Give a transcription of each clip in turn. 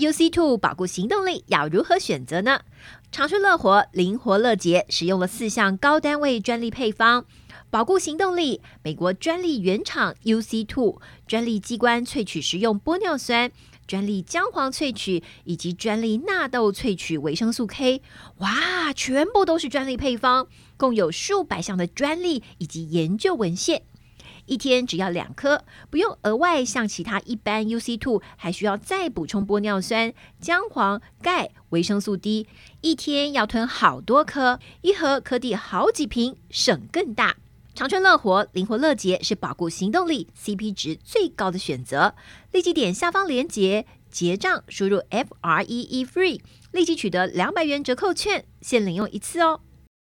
UC2 保固行动力要如何选择呢？长春乐活灵活乐捷使用了4项高单位专利配方，保固行动力美国专利原厂 UC2 专利机关萃取食用玻尿酸，专利姜黄萃取以及专利纳豆萃取维生素 K， 哇，全部都是专利配方，共有数百项的专利以及研究文献。一天只要2颗，不用额外像其他一般 UC2 还需要再补充玻尿酸、姜黄、钙、维生素 D， 一天要吞好多颗，一盒可抵好几瓶，省更大。长春乐活灵活乐捷是保固行动力 CP 值最高的选择，立即点下方连结结账，输入 FREE FREE， 立即取得200元折扣券，限领用1次哦。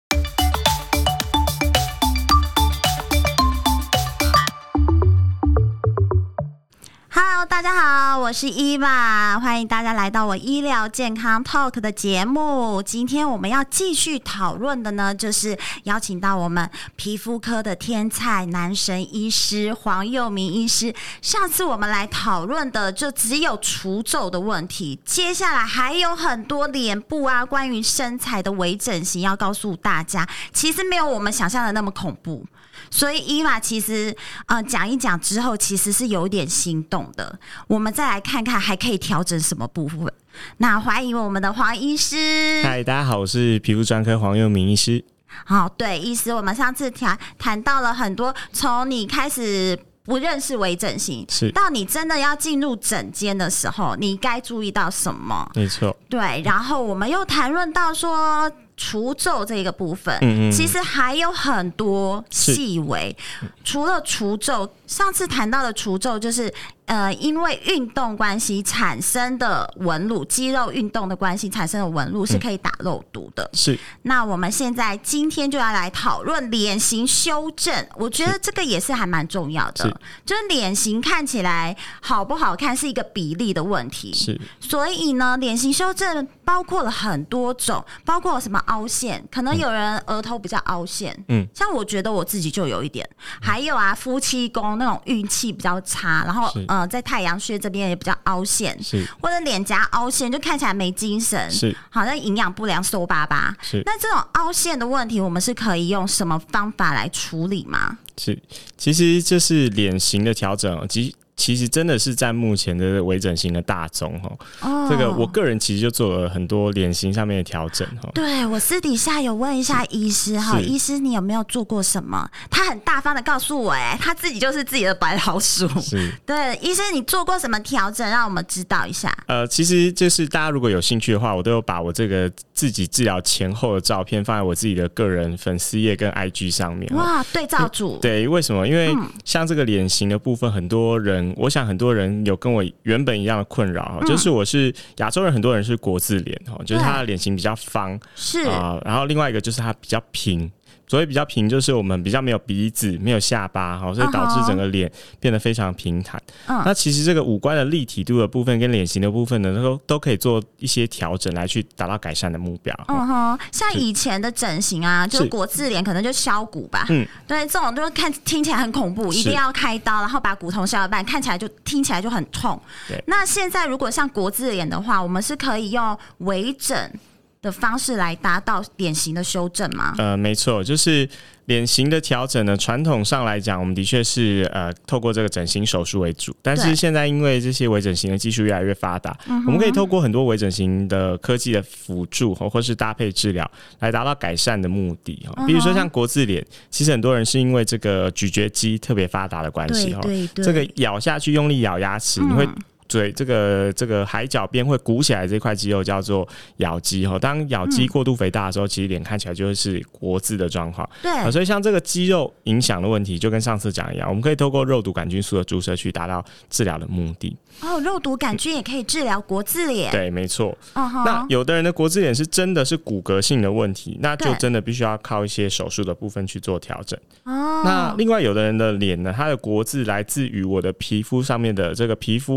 Hello， 大家好，我是伊娃，欢迎大家来到我医疗健康 Talk 的节目。今天我们要继续讨论的呢，就是邀请到我们皮肤科的天才男神医师黄佑明医师。上次我们来讨论的就只有除皱的问题，接下来还有很多脸部啊，关于身材的微整形要告诉大家，其实没有我们想象的那么恐怖。所以伊娃其实讲一讲之后，其实是有点心动的。我们再来看看还可以调整什么部分。那欢迎我们的黄医师。 嗨，大家好，我是皮肤专科黄佑明医师。 好，对，医师，我们上次谈到了很多，从你开始不认识微整形，到你真的要进入诊间的时候，你该注意到什么？ 没错， 对。然后我们又谈论到说除皱这个部分，其实还有很多细微。除了除皱，上次谈到的除皱就是因为运动关系产生的纹路，肌肉运动的关系产生的纹路是可以打肉毒的。 是。 那我们今天就要来讨论脸型修正，我觉得这个也是还蛮重要的。就是脸型看起来好不好看是一个比例的问题。 是。所以呢，脸型修正包括了很多种，包括什么凹陷，可能有人额头比较凹陷，像我觉得我自己就有一点。还有啊，夫妻宫那种运气比较差，然后在太阳穴这边也比较凹陷，或者脸颊凹陷，就看起来没精神，好像营养不良、瘦巴巴。那这种凹陷的问题，我们是可以用什么方法来处理吗？ 其实这是脸型的调整，其实真的是在目前的微整形的大宗这个我个人其实就做了很多脸型上面的调整对，我私底下有问一下医师医师你有没有做过什么？他很大方的告诉我，他自己就是自己的白老鼠。对，医师你做过什么调整，让我们知道一下。 其实就是大家如果有兴趣的话，我都有把我这个自己治疗前后的照片放在我自己的个人粉丝页跟 IG 上面。 哇，对照组。 对，为什么？因为像这个脸型的部分，很多人我想很多人有跟我原本一样的困扰，就是我是亚洲人，很多人是国字脸，就是他的脸型比较方，然后另外一个就是他比较平。所谓比较平，就是我们比较没有鼻子、没有下巴，所以导致整个脸变得非常平坦。那其实这个五官的立体度的部分跟脸型的部分呢，都可以做一些调整来去达到改善的目标。 像以前的整形啊，就是国字脸可能就削骨吧，对，这种就是听起来很恐怖，一定要开刀，然后把骨头削一半，听起来就很痛。那现在如果像国字脸的话，我们是可以用微整的方式来达到脸型的修正吗？ 没错，就是脸型的调整呢，传统上来讲，我们的确是透过这个整形手术为主，但是现在因为这些微整形的技术越来越发达，我们可以透过很多微整形的科技的辅助或是搭配治疗来达到改善的目的。比如说像国字脸，其实很多人是因为这个咀嚼肌特别发达的关系，这个咬下去用力咬牙齿，你会嘴这个海角边会鼓起来这块肌肉叫做咬肌，当咬肌过度肥大的时候，其实脸看起来就会是国字的状况。 对， 所以像这个肌肉影响的问题，就跟上次讲一样，我们可以透过肉毒杆菌素的注射去达到治疗的目的。 肉毒杆菌也可以治疗国字脸。 对，没错。那有的人的国字脸是真的是骨骼性的问题，那就真的必须要靠一些手术的部分去做调整。那另外有的人的脸呢，他的国字来自于我的皮肤上面的这个皮肤或是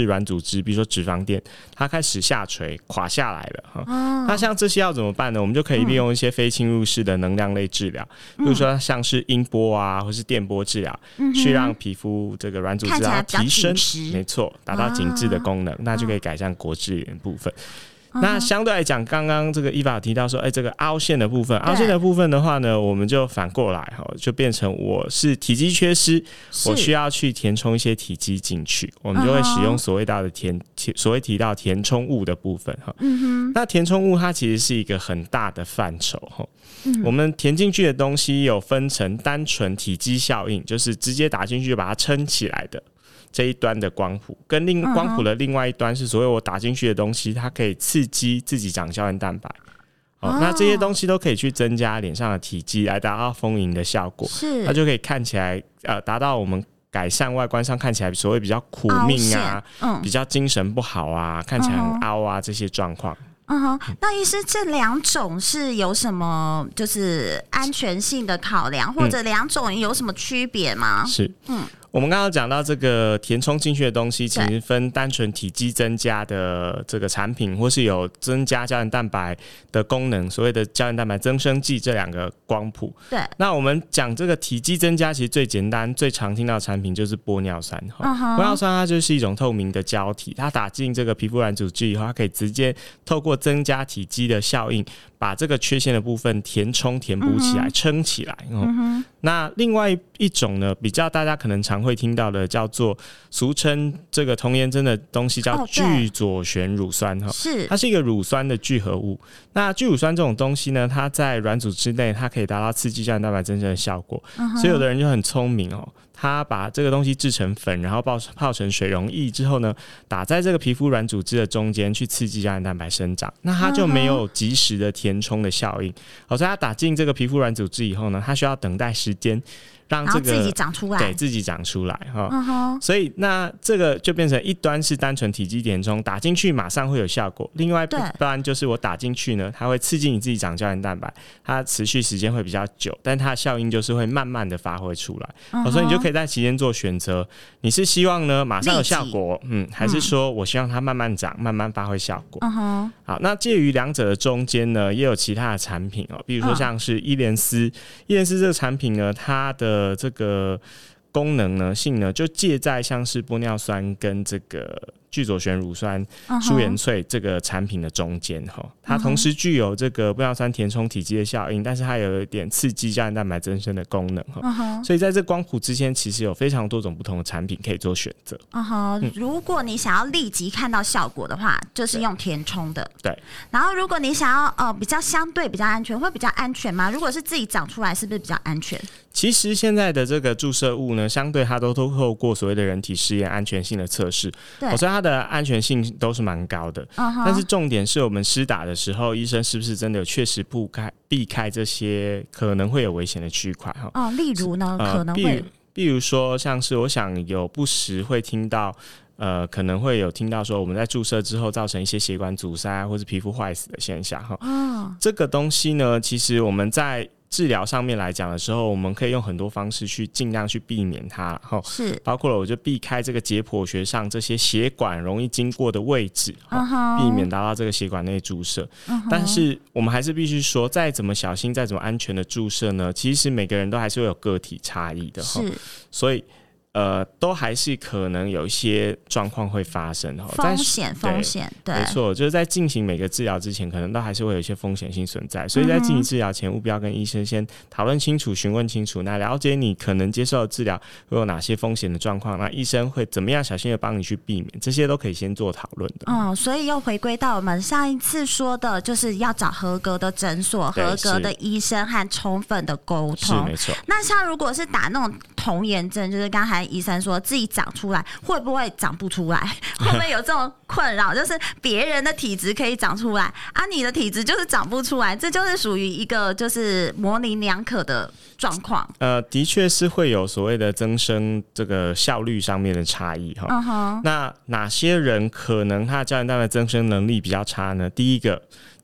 软组织，比如说脂肪垫，它开始下垂垮下来了。那像这些要怎么办呢？我们就可以利用一些非侵入式的能量类治疗，比如说像是音波啊，或是电波治疗，去让皮肤这个软组织要提升，没错，达到紧致的功能，那就可以改善果汁炎的部分。那相对来讲，刚刚这个伊娃提到说，这个凹陷的部分，凹陷的部分的话呢，我们就反过来就变成我是体积缺失，我需要去填充一些体积进去，我们就会使用所谓提到填充物的部分那填充物它其实是一个很大的范畴我们填进去的东西有分成单纯体积效应，就是直接打进去就把它撑起来的这一端的光谱，跟光谱的另外一端是所谓我打进去的东西，它可以刺激自己长胶原蛋白。那这些东西都可以去增加脸上的体积，来达到丰盈的效果。它就可以看起来达到我们改善外观上看起来所谓比较苦命啊，比较精神不好啊，看起来很凹啊这些状况。 那医师，这两种是有什么就是安全性的考量，或者两种有什么区别吗？ 是，我们刚刚讲到这个填充进去的东西，其实分单纯体积增加的这个产品，或是有增加胶原蛋白的功能，所谓的胶原蛋白增生剂这两个光谱。 对， 那我们讲这个体积增加，其实最简单、最常听到的产品就是玻尿酸。玻尿酸它就是一种透明的胶体，它打进这个皮肤软组织以后，它可以直接透过增加体积的效应，把这个缺陷的部分填补起来、撑起来。那另外一种呢，比较大家可能常会听到的，叫做俗称这个童颜针的东西叫聚左旋乳酸，它是一个乳酸的聚合物。那聚乳酸这种东西呢，它在软组织内，它可以达到刺激胶原蛋白增生的效果。所以有的人就很聪明他把这个东西制成粉，然后泡成水溶液之后呢，打在这个皮肤软组织的中间，去刺激胶原蛋白生长。那它就没有及时的填充的效应。所以它打进这个皮肤软组织以后呢，它需要等待时间。让这个自己长出来， 对，自己长出来所以那这个就变成一端是单纯体积填充，打进去马上会有效果；另外不然就是我打进去呢，它会刺激你自己长胶原蛋白，它持续时间会比较久，但它的效应就是会慢慢的发挥出来。所以你就可以在期间做选择，你是希望呢马上有效果，还是说我希望它慢慢长，慢慢发挥效果。好，那介于两者的中间呢，也有其他的产品比如说像是伊莲丝这个产品呢，它的这个功能呢性呢就介在像是玻尿酸跟这个聚左旋乳酸舒颜萃这个产品的中间它同时具有这个玻尿酸填充体积的效应，但是它有一点刺激胶原蛋白增生的功能所以在这光谱之间其实有非常多种不同的产品可以做选择。 如果你想要立即看到效果的话，就是用填充的。 对。 然后如果你想要比较相对比较安全，会比较安全吗？如果是自己长出来，是不是比较安全？ 其实现在的这个注射物呢，相对它都透过所谓的人体试验安全性的测试，所以它的安全性都是蛮高的。但是重点是我们施打的时候，医生是不是真的有确实避开这些可能会有危险的区块例如呢，可能会比如说像是我想有不时会听到可能会有听到说我们在注射之后造成一些血管阻塞或是皮肤坏死的现象这个东西呢，其实我们在治疗上面来讲的时候，我们可以用很多方式去尽量去避免它是包括了我就避开这个解剖学上这些血管容易经过的位置避免达到这个血管内注射但是我们还是必须说，再怎么小心再怎么安全的注射呢，其实每个人都还是会有个体差异的是所以都还是可能有一些状况会发生风险对， 没错，就是在进行每个治疗之前，可能都还是会有一些风险性存在，所以在进行治疗前务必要跟医生先讨论清楚、询问清楚，那了解你可能接受的治疗会有哪些风险的状况，那医生会怎么样小心的帮你去避免，这些都可以先做讨论的。 所以又回归到我们上一次说的，就是要找合格的诊所、合格的医生和充分的沟通。 是没错。 那像如果是打那种童颜针，就是刚才医生说自己长出来，会不会长不出来？会不会有这种困扰？就是别人的体质可以长出来你的体质就是长不出来，这就是属于一个就是模棱两可的状况。 的确是会有所谓的增生这个效率上面的差异那哪些人可能他的胶原蛋白增生能力比较差呢？第一个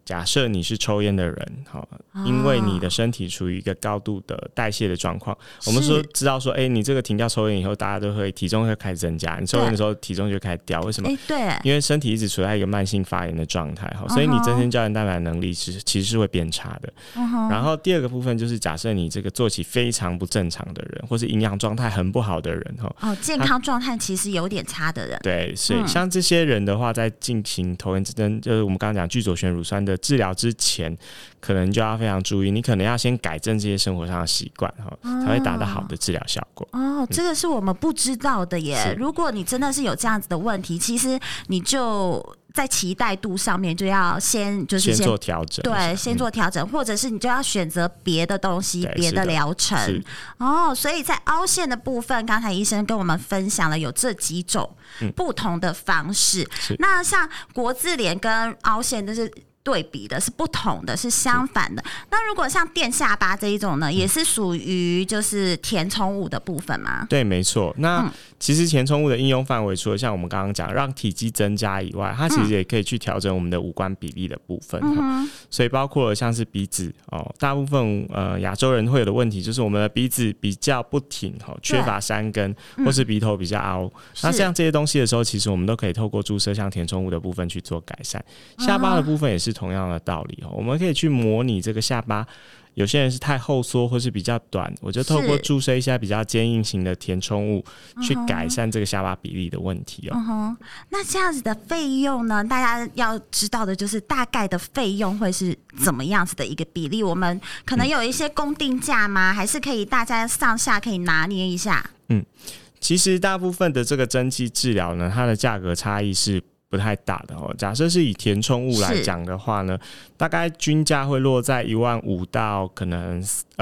假设你是抽烟的人，因为你的身体处于一个高度的代谢的状况，我们知道说，你这个停掉抽烟以后，大家都会体重会开始增加，你抽烟的时候体重就开始掉，为什么？ 对， 因为身体一直处在一个慢性发炎的状态，所以你增生胶原蛋白的能力其实是会变差的。然后第二个部分就是假设你这个作息非常不正常的人，或是营养状态很不好的人， 健康状态其实有点差的人， 对，所以像这些人的话，在进行头延针，就是我们刚刚讲聚左旋乳酸的治疗之前，可能就要非常注意，你可能要先改正这些生活上的习惯，才会达到好的治疗效果。 这个是我们不知道的耶。如果你真的是有这样子的问题，其实你就在期待度上面就要先做调整， 对，先做调整，或者是你就要选择别的东西、别的疗程。所以在凹陷的部分，刚才医生跟我们分享了有这几种不同的方式。那像国字脸跟凹陷就是对比的，是不同的，是相反的。那如果像垫下巴这一种呢，也是属于就是填充物的部分吗？ 对，没错。那其实填充物的应用范围，除了像我们刚刚讲让体积增加以外，它其实也可以去调整我们的五官比例的部分。所以包括了像是鼻子大部分亚洲人会有的问题就是我们的鼻子比较不挺，缺乏山根，或是鼻头比较凹。那像这些东西的时候，其实我们都可以透过注射像填充物的部分去做改善。下巴的部分也是同样的道理，我们可以去模拟这个下巴，有些人是太后缩或是比较短，我就透过注射一些比较坚硬型的填充物去改善这个下巴比例的问题。 那这样子的费用呢，大家要知道的就是大概的费用会是怎么样子的一个比例，我们可能有一些公定价吗？还是可以大家上下可以拿捏一下？ 其实大部分的这个针剂治疗呢，它的价格差异是不太大的。假设是以填充物来讲的话呢，大概均价会落在15000到可能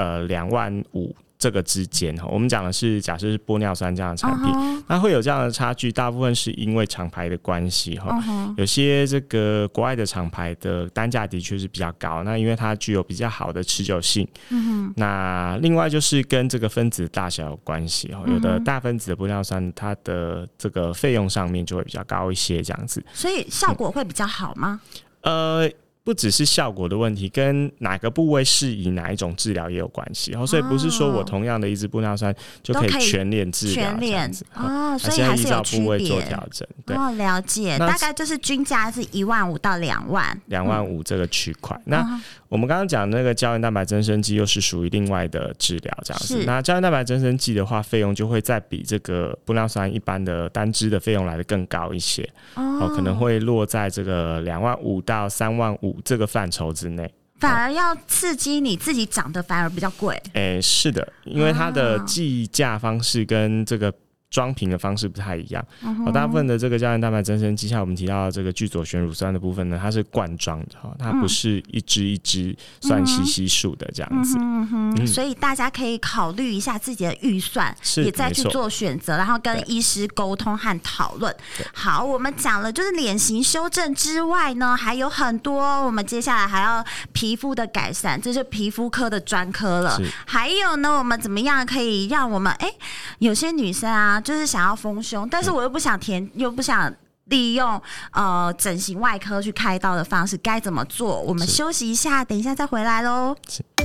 25000这个之间。我们讲的是假设是玻尿酸这样的产品，那会有这样的差距，大部分是因为厂牌的关系。有些这个国外的厂牌的单价的确是比较高，那因为它具有比较好的持久性。那另外就是跟这个分子大小有关系，有的大分子的玻尿酸它的这个费用上面就会比较高一些这样子。 所以效果会比较好吗？ 不只是效果的问题，跟哪个部位适宜哪一种治疗也有关系。所以不是说我同样的一支玻尿酸就可以全脸治疗这样子。 所以还是有区别， 部位做调整。对， 了解。大概就是均价是15000到25000 这个区块。那我们刚刚讲的那个胶原蛋白增生剂又是属于另外的治疗这样子。那胶原蛋白增生剂的话，费用就会再比这个玻尿酸一般的单支的费用来得更高一些。可能会落在这个25000到35000这个范畴之内。 反而要刺激你自己长得反而比较贵。 是的，因为它的计价方式跟这个装瓶的方式不太一样。大部分的这个胶原蛋白增生剂，像我们提到的这个聚左旋乳酸的部分呢，它是罐装的，它不是一支一支算稀数的这样子。 所以大家可以考虑一下自己的预算，也再去做选择，然后跟医师沟通和讨论。好，我们讲了就是脸型修正之外呢，还有很多，我们接下来还要皮肤的改善，这就是皮肤科的专科了。还有呢，我们怎么样可以让我们有些女生啊，就是想要丰胸，但是我又不想又不想利用整形外科去开刀的方式，该怎么做？我们休息一下，等一下再回来咯。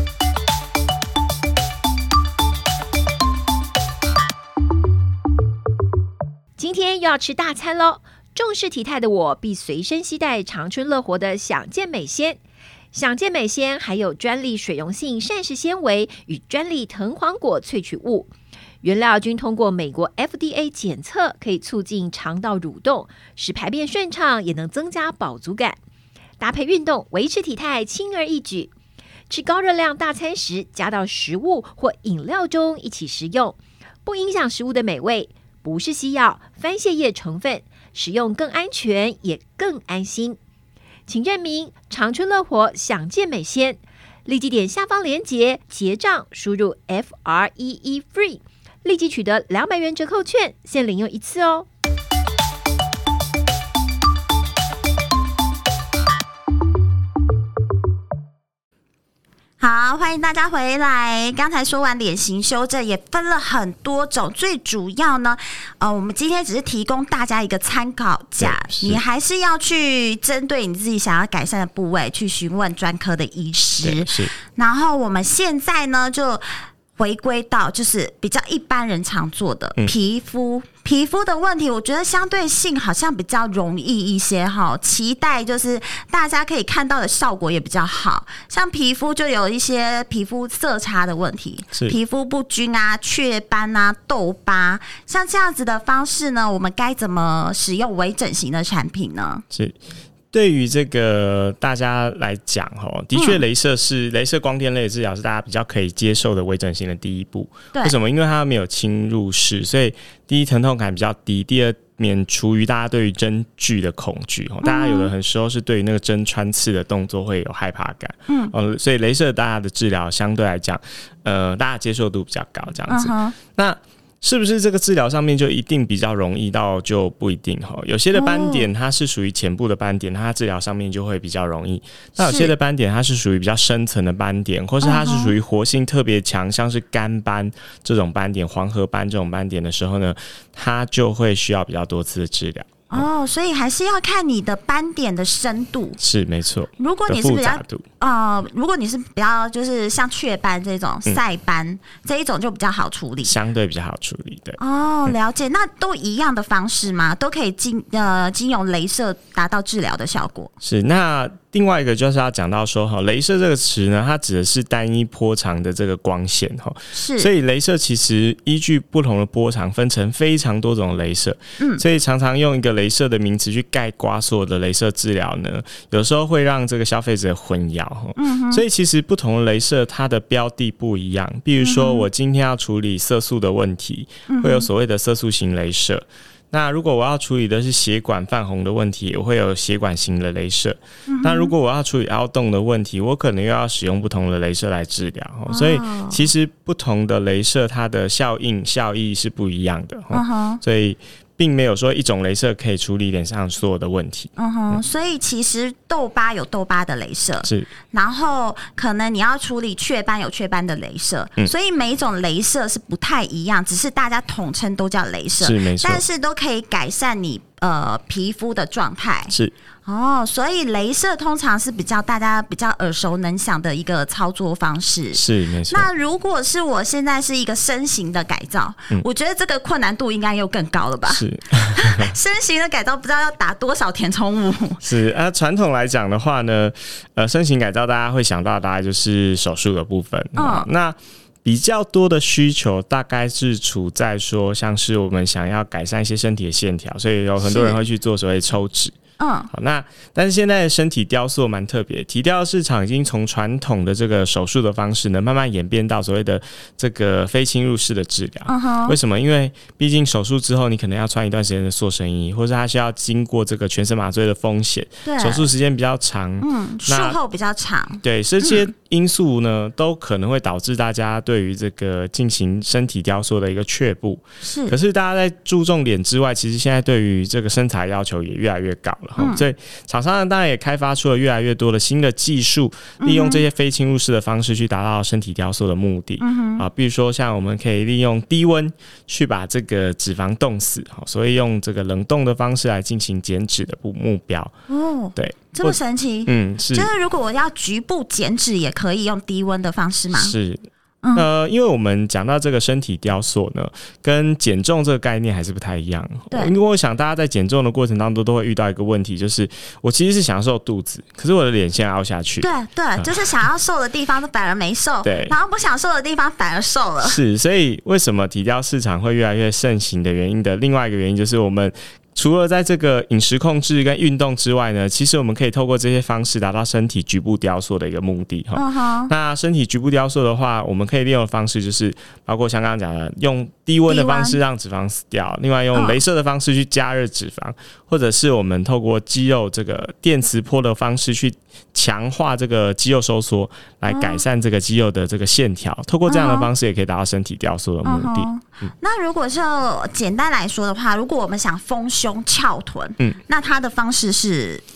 今天又要吃大餐咯，重视体态的我必随身携带长春乐活的享健美纤。享健美纤含有专利水溶性膳食纤维与专利藤黄果萃取物，原料均通过美国 FDA 检测，可以促进肠道蠕动，使排便顺畅，也能增加饱足感。搭配运动，维持体态轻而易举。吃高热量大餐时，加到食物或饮料中一起食用，不影响食物的美味。不是西药，番泻叶成分，使用更安全，也更安心。请认明长春乐活享健美纤，立即点下方连结结账，输入 FREE FREE， 立即取得200元折扣券，限领用一次哦。 好，欢迎大家回来。刚才说完脸型修正，也分了很多种，最主要呢，我们今天只是提供大家一个参考价，你还是要去针对你自己想要改善的部位去询问专科的医师。然后我们现在呢，就回归到就是比较一般人常做的皮肤的问题，我觉得相对性好像比较容易一些哈。期待就是大家可以看到的效果也比较好，像皮肤就有一些皮肤色差的问题，皮肤不均啊、雀斑啊、痘疤，像这样子的方式呢，我们该怎么使用微整形的产品呢？ 是。对于这个大家来讲，的确，雷射光电类的治疗是大家比较可以接受的微整形的第一步。为什么？因为它没有侵入式，所以第一疼痛感比较低，第二免除于大家对于针具的恐惧。大家有的很时候是对于那个针穿刺的动作会有害怕感。所以雷射大家的治疗相对来讲，大家接受度比较高，这样子。那是不是这个治疗上面就一定比较容易到就不一定有些的斑点它是属于浅部的斑点，它治疗上面就会比较容易。那有些的斑点它是属于比较深层的斑点，或是它是属于活性特别强，像是肝斑这种斑点、黄褐斑这种斑点的时候呢，它就会需要比较多次的治疗。 所以还是要看你的斑点的深度， 是没错。 如果你是比较如果你是比较就是像雀斑这种晒斑，这一种就比较好处理， 相对比较好处理。对， 了解。那都一样的方式吗？都可以经由雷射达到治疗的效果？ 是。那另外一个就是要讲到说，雷射这个词呢，它指的是单一波长的这个光线， 是。 所以雷射其实依据不同的波长分成非常多种雷射，所以常常用一个雷射的名词去概括所有的雷射治疗呢，有时候会让这个消费者混淆。所以其实不同的雷射它的标的不一样，比如说我今天要处理色素的问题，会有所谓的色素型雷射。那如果我要处理的是血管泛红的问题，我会有血管型的雷射。那如果我要处理凹洞的问题，我可能又要使用不同的雷射来治疗。所以其实不同的雷射它的效益是不一样的。所以并没有说一种雷射可以处理脸上所有的问题。 所以其实痘疤有痘疤的雷射， 是。 然后可能你要处理雀斑有雀斑的雷射，所以每一种雷射是不太一样，只是大家统称都叫雷射， 是没错。 但是都可以改善你皮肤的状态。 是。 所以雷射通常是大家比较耳熟能详的一个操作方式。 是没错。 那如果是我现在是一个身形的改造，我觉得这个困难度应该又更高了吧？是。身形的改造不知道要打多少填充物。 是传统来讲的话呢，身形改造大家会想到大概就是手术的部分。那比较多的需求大概是处在说，像是我们想要改善一些身体的线条，所以有很多人会去做所谓抽脂。好，但是现在的身体雕塑蛮特别，体雕市场已经从传统的这个手术的方式呢，慢慢演变到所谓的这个非侵入式的治疗。为什么？因为毕竟手术之后，你可能要穿一段时间的塑身衣，或者它需要经过这个全身麻醉的风险，手术时间比较长， 术后比较长。 对，这些因素呢，都可能会导致大家对于这个进行身体雕塑的一个却步。 是。 可是大家在注重脸之外，其实现在对于这个身材要求也越来越高了。所以厂商当然也开发出了越来越多的新的技术，利用这些非侵入式的方式去达到身体雕塑的目的。比如说像我们可以利用低温去把这个脂肪冻死，所以用这个冷冻的方式来进行减脂的目标。对， 这么神奇。 是。 就是如果我要局部减脂，也可以用低温的方式吗？ 是。因为我们讲到这个身体雕塑呢，跟减重这个概念还是不太一样。因为我想大家在减重的过程当中都会遇到一个问题，就是我其实是想瘦肚子，可是我的脸先凹下去。 对，就是想要瘦的地方反而没瘦，然后不想瘦的地方反而瘦了。 是，所以为什么体雕市场会越来越盛行的原因的另外一个原因，就是我们除了在这个饮食控制跟运动之外呢，其实我们可以透过这些方式达到身体局部雕塑的一个目的。那身体局部雕塑的话，我们可以利用的方式就是包括像刚刚讲的，用低温的方式让脂肪死掉，另外用雷射的方式去加热脂肪，或者是我们透过肌肉这个电磁波的方式去强化这个肌肉收缩，来改善这个肌肉的这个线条。透过这样的方式也可以达到身体雕塑的目的。 那如果是简单来说的话，如果我们想丰胸翘臀，那它的方式是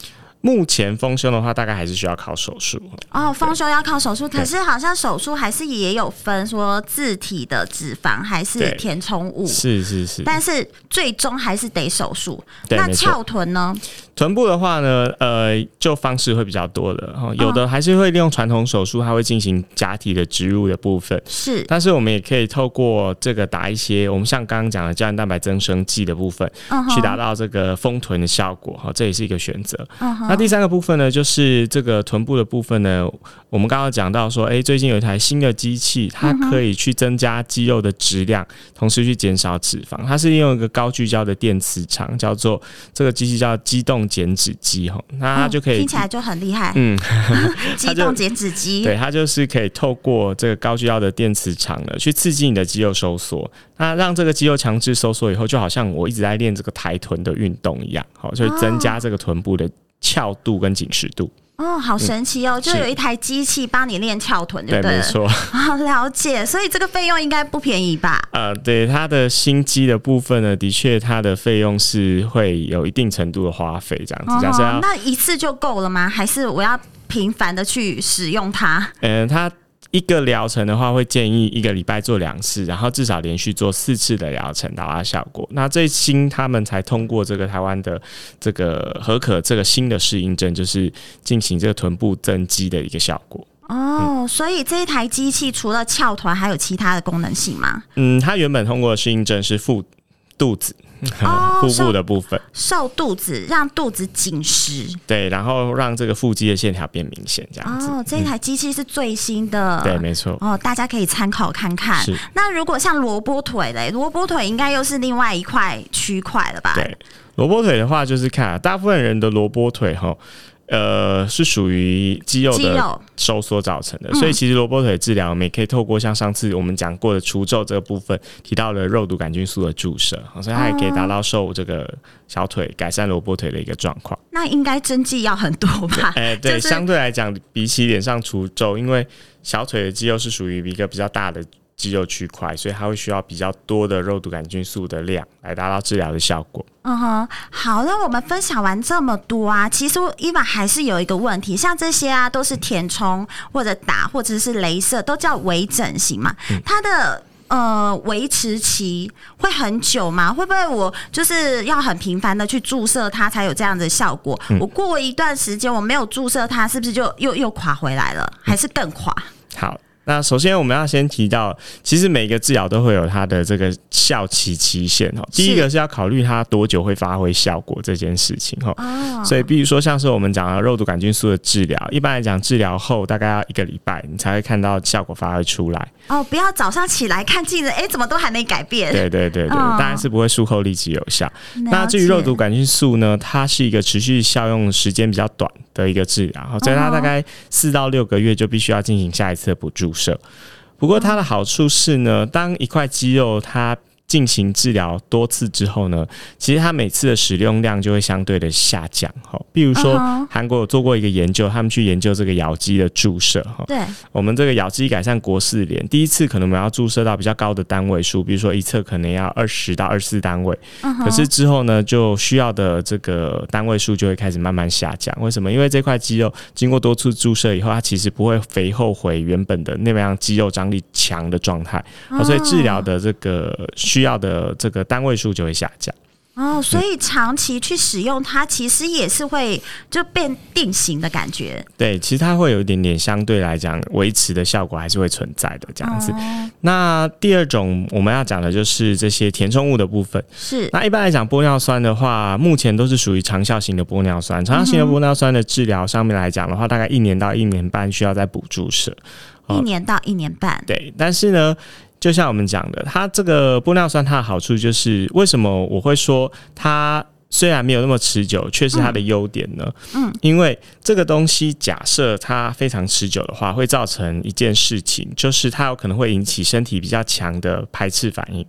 目前丰胸的话，大概还是需要靠手术。 丰胸要靠手术，可是好像手术还是也有分说自体的脂肪还是填充物， 是， 但是最终还是得手术。 对， 那翘臀呢？ 臀部的话呢，就方式会比较多的，有的还是会利用传统手术，它会进行假体的植入的部分， 是。 但是我们也可以透过这个打一些我们像刚刚讲的胶原蛋白增生剂的部分，去达到这个丰臀的效果，这也是一个选择。那第三个部分呢，就是这个臀部的部分呢，我们刚刚讲到说，最近有一台新的机器，它可以去增加肌肉的质量，同时去减少脂肪。它是利用一个高聚焦的电磁场，叫做这个机器叫机动减脂机，那它就可以听起来就很厉害。机动减脂机， 对，它就是可以透过这个高聚焦的电磁场呢，去刺激你的肌肉收缩。那让这个肌肉强制收缩以后，就好像我一直在练这个抬臀的运动一样，就会增加这个臀部的翘度跟紧实度。 好神奇哦！就有一台机器帮你练翘臀，对不对？ 对，没错。 了解，所以这个费用应该不便宜吧？ 对，它的心机的部分呢，的确它的费用是会有一定程度的花费，这样子。假设那一次就够了吗？还是我要频繁的去使用它？ 它一个疗程的话，会建议1个礼拜做2次，然后至少连续做4次的疗程，达到效果。那最新他们才通过这个台湾的这个核可这个新的适应症，就是进行这个臀部增肌的一个效果。 所以这一台机器除了翘臀，还有其他的功能性吗？ 它原本通过的适应症是肚子。腹部的部分， 瘦肚子，让肚子紧实， 对，然后让这个腹肌的线条变明显，这样子。 这一台机器是最新的， 对，没错。 大家可以参考看看。那如果像萝卜腿嘞，萝卜腿应该又是另外一块区块了吧？ 对，萝卜腿的话，就是看大部分人的萝卜腿是属于肌肉的收缩造成的，所以其实萝卜腿治疗，我们也可以透过像上次我们讲过的除皱这个部分提到的肉毒杆菌素的注射，所以它也可以达到瘦这个小腿、改善萝卜腿的一个状况。 那应该针剂要很多吧？ 对，相对来讲，比起脸上除皱，因为小腿的肌肉是属于一个比较大的肌肉区块，所以它会需要比较多的肉毒杆菌素的量来达到治疗的效果。 好，那我们分享完这么多啊，其实Eva还是有一个问题，像这些啊都是填充或者打或者是雷射，都叫微整形嘛，它的维持期会很久吗？会不会我就是要很频繁的去注射它才有这样的效果？我过一段时间我没有注射它，是不是就又垮回来了，还是更垮？ 好。那首先我们要先提到，其实每个治疗都会有它的这个效期期限。第一个是要考虑它多久会发挥效果这件事情。所以比如说像是我们讲的肉毒杆菌素的治疗，一般来讲治疗后大概要1个礼拜你才会看到效果发挥出来。 不要早上起来看镜子，怎么都还没改变。 对，当然是不会术后立即有效。那至于肉毒杆菌素呢，它是一个持续效用时间比较短的一个治疗，所以它大概4到6个月就必须要进行下一次的补注射。不过它的好处是呢，当一块肌肉它进行治疗多次之后呢，其实它每次的使用量就会相对的下降。比如说韩国有做过一个研究，他们去研究这个咬肌的注射。 对， 我们这个咬肌改善国4联，第一次可能我们要注射到比较高的单位数，比如说一侧可能要20到24单位，可是之后呢就需要的这个单位数就会开始慢慢下降。为什么？因为这块肌肉经过多次注射以后，它其实不会肥厚回原本的那样肌肉张力强的状态，所以治疗的这个需要的这个单位数就会下降。 所以长期去使用它，其实也是会就变定型的感觉。 对，其实它会有一点点相对来讲维持的效果还是会存在的这样子。那第二种我们要讲的就是这些填充物的部分。 是。那一般来讲，玻尿酸的话，目前都是属于长效型的玻尿酸。长效型的玻尿酸的治疗上面来讲的话，大概1年到1年半需要再补注射。 1年到1年半。 对，但是呢，就像我们讲的，它这个玻尿酸它的好处就是，为什么我会说它虽然没有那么持久，却是它的优点呢？因为这个东西假设它非常持久的话，会造成一件事情，就是它有可能会引起身体比较强的排斥反应。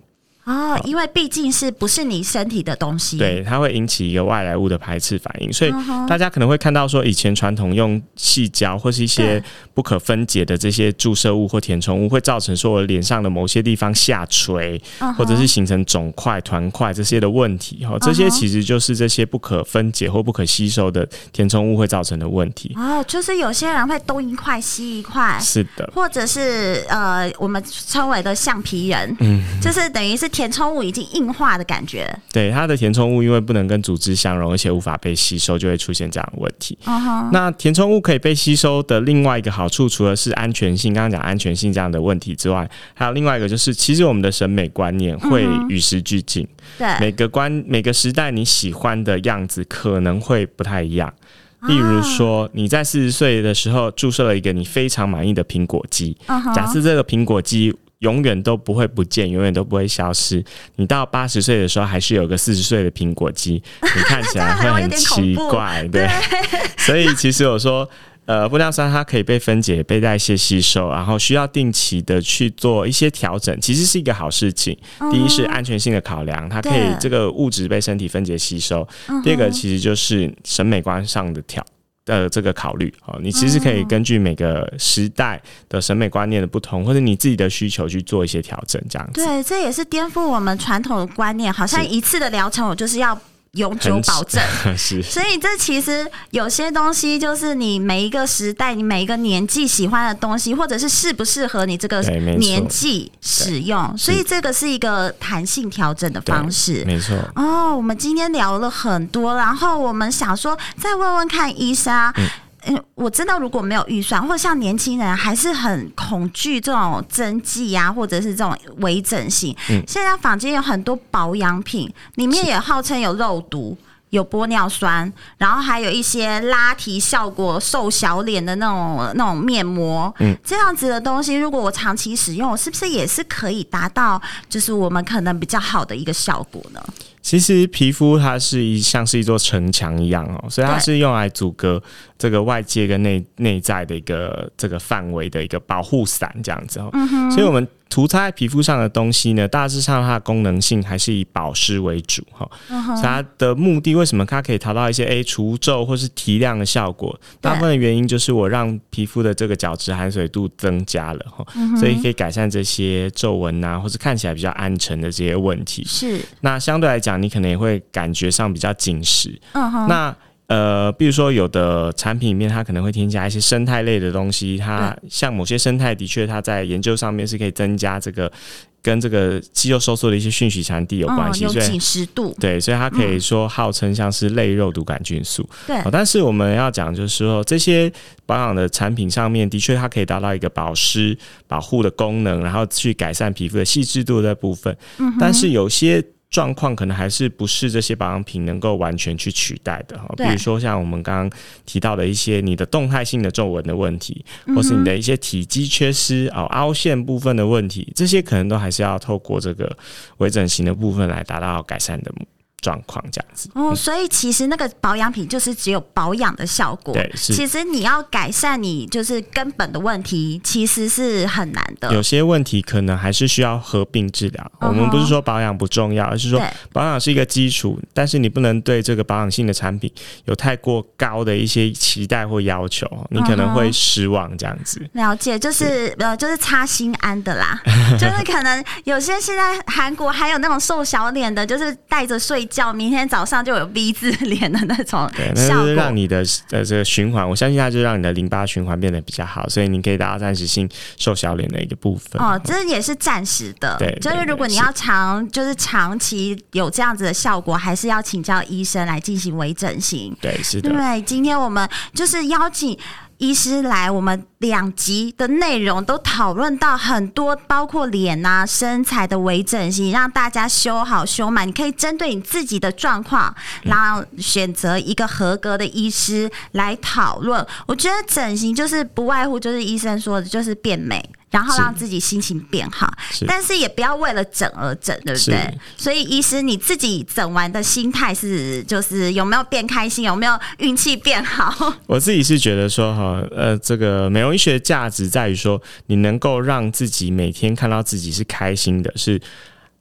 哦，因为毕竟是不是你身体的东西， 对，它会引起一个外来物的排斥反应，所以大家可能会看到说，以前传统用矽胶或是一些不可分解的这些注射物或填充物，会造成说我脸上的某些地方下垂，或者是形成肿块、团块这些的问题。这些其实就是这些不可分解或不可吸收的填充物会造成的问题。 哦，就是有些人会东一块西一块， 是的， 或者是我们称为的橡皮人，就是等于是填充物已经硬化的感觉。 对，它的填充物因为不能跟组织相容，而且无法被吸收，就会出现这样的问题。那填充物可以被吸收的另外一个好处，除了是安全性，刚刚讲安全性这样的问题之外，还有另外一个就是，其实我们的审美观念会与时俱进。对，每个时代你喜欢的样子可能会不太一样。例如说，你在40岁的时候注射了一个你非常满意的苹果肌，假设这个苹果肌永远都不会不见，永远都不会消失。你到80岁的时候，还是有个40岁的苹果肌，你看起来会很奇怪，对。所以其实我说，玻尿酸它可以被分解、被代谢吸收，然后需要定期的去做一些调整，其实是一个好事情。第一是安全性的考量，它可以这个物质被身体分解吸收；第二个其实就是审美观上的这个考虑，你其实可以根据每个时代的审美观念的不同，或者你自己的需求去做一些调整，这样子。 对，这也是颠覆我们传统的观念，好像一次的疗程我就是要永久保证， 是， 所以这其实有些东西就是你每一个时代、你每一个年纪喜欢的东西，或者是适不适合你这个年纪使用，所以这个是一个弹性调整的方式。 没错。 哦，我们今天聊了很多，然后我们想说再问问看医生啊。我知道如果没有预算，或者像年轻人还是很恐惧这种针剂啊，或者是这种微整形。现在坊间有很多保养品，里面也号称有肉毒、有玻尿酸，然后还有一些拉提效果、瘦小脸的那种面膜，这样子的东西，如果我长期使用，是不是也是可以达到就是我们可能比较好的一个效果呢？ 其实皮肤它是像是一座城墙一样所以它是用来阻隔这个外界跟内在的一个这个范围的一个保护伞这样子所以我们涂擦在皮肤上的东西呢，大致上它的功能性还是以保湿为主所以它的目的为什么它可以达到一些除皱或是提亮的效果？大部分的原因就是我让皮肤的这个角质含水度增加了所以可以改善这些皱纹啊，或是看起来比较暗沉的这些问题。是，那相对来讲，你可能也会感觉上比较紧实。那比如说有的产品里面它可能会添加一些生态类的东西，它像某些生态的确它在研究上面是可以增加这个跟这个肌肉收缩的一些讯息传递有关系， 有紧实度。 对，所以它可以说号称像是类肉毒杆菌素。对，但是我们要讲就是说，这些保养的产品上面的确它可以达到一个保湿、保护的功能，然后去改善皮肤的细致度的部分。但是有些状况可能还是不是这些保养品能够完全去取代的比如说像我们刚刚提到的一些你的动态性的皱纹的问题，或是你的一些体积缺失凹陷部分的问题，这些可能都还是要透过这个微整形的部分来达到改善的状况这样子所以其实那个保养品就是只有保养的效果，对，其实你要改善你就是根本的问题，其实是很难的。 有些问题可能还是需要合并治疗。我们不是说保养不重要，而是说保养是一个基础，但是你不能对这个保养性的产品有太过高的一些期待或要求，你可能会失望这样子。 了解，就是擦心安的啦，就是可能有些现在韩国还有那种瘦小脸的，就是带着睡觉，明天早上就有 V 字脸的那种效果， 那就是让你的这个循环，我相信它就让你的淋巴循环变得比较好，所以你可以达到暂时性瘦小脸的一个部分。 这也是暂时的。 对， 就是如果你要长期有这样子的效果，还是要请教医生来进行微整形。 对，是的。 对，今天我们就是邀请医师来，我们2集的内容都讨论到很多，包括脸啊、身材的微整形，让大家修好修满。你可以针对你自己的状况，然后选择一个合格的医师来讨论。我觉得整形就是不外乎就是医生说的，就是变美，然后让自己心情变好，但是也不要为了整而整，对不对？所以医师你自己整完的心态是，就是有没有变开心，有没有运气变好？ 我自己是觉得说这个美容医学的价值在于说，你能够让自己每天看到自己是开心的，是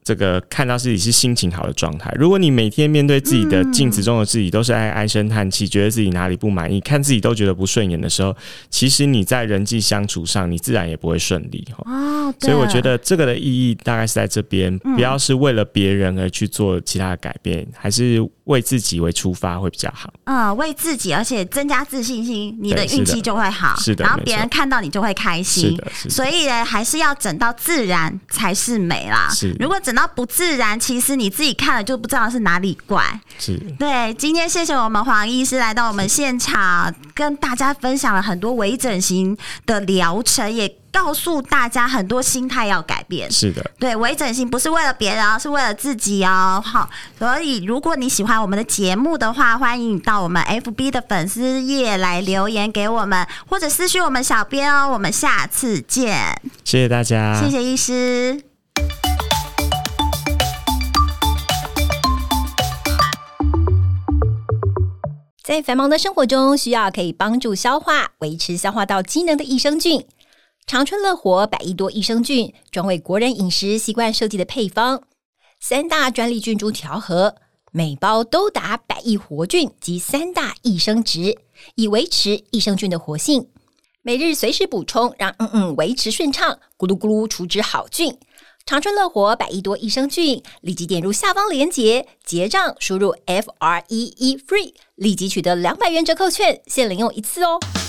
这个看到自己是心情好的状态。如果你每天面对自己的镜子中的自己都是唉声叹气，觉得自己哪里不满意，看自己都觉得不顺眼的时候，其实你在人际相处上你自然也不会顺利。所以我觉得这个的意义大概是在这边，不要是为了别人而去做其他的改变，还是为自己为出发会比较好。 为自己，而且增加自信心，你的运气就会好。 是的， 然后别人看到你就会开心。 是的， 所以呢，还是要整到自然才是美啦。如果整到不自然，其实你自己看了就不知道是哪里怪。对，今天谢谢我们黄医师来到我们现场，跟大家分享了很多微整形的疗程，也告诉大家很多心态要改变。 是的， 对，微整形不是为了别人，是为了自己哦。好，所以如果你喜欢我们的节目的话，欢迎你到我们 FB 的粉丝页来留言给我们，或者私讯我们小编哦。我们下次见， 谢谢大家， 谢谢医师。 在繁忙的生活中，需要可以帮助消化、维持消化道机能的益生菌。长春乐活100亿多益生菌，专为国人饮食习惯设计的配方，3大专利菌株调和，每包都达100亿活菌及3大益生值，以维持益生菌的活性。每日随时补充，让维持顺畅，咕噜咕噜除脂好菌。长春乐活100亿多益生菌，立即点入下方连结结账，输入 FREE FREE， 立即取得200元折扣券，限领用1次哦。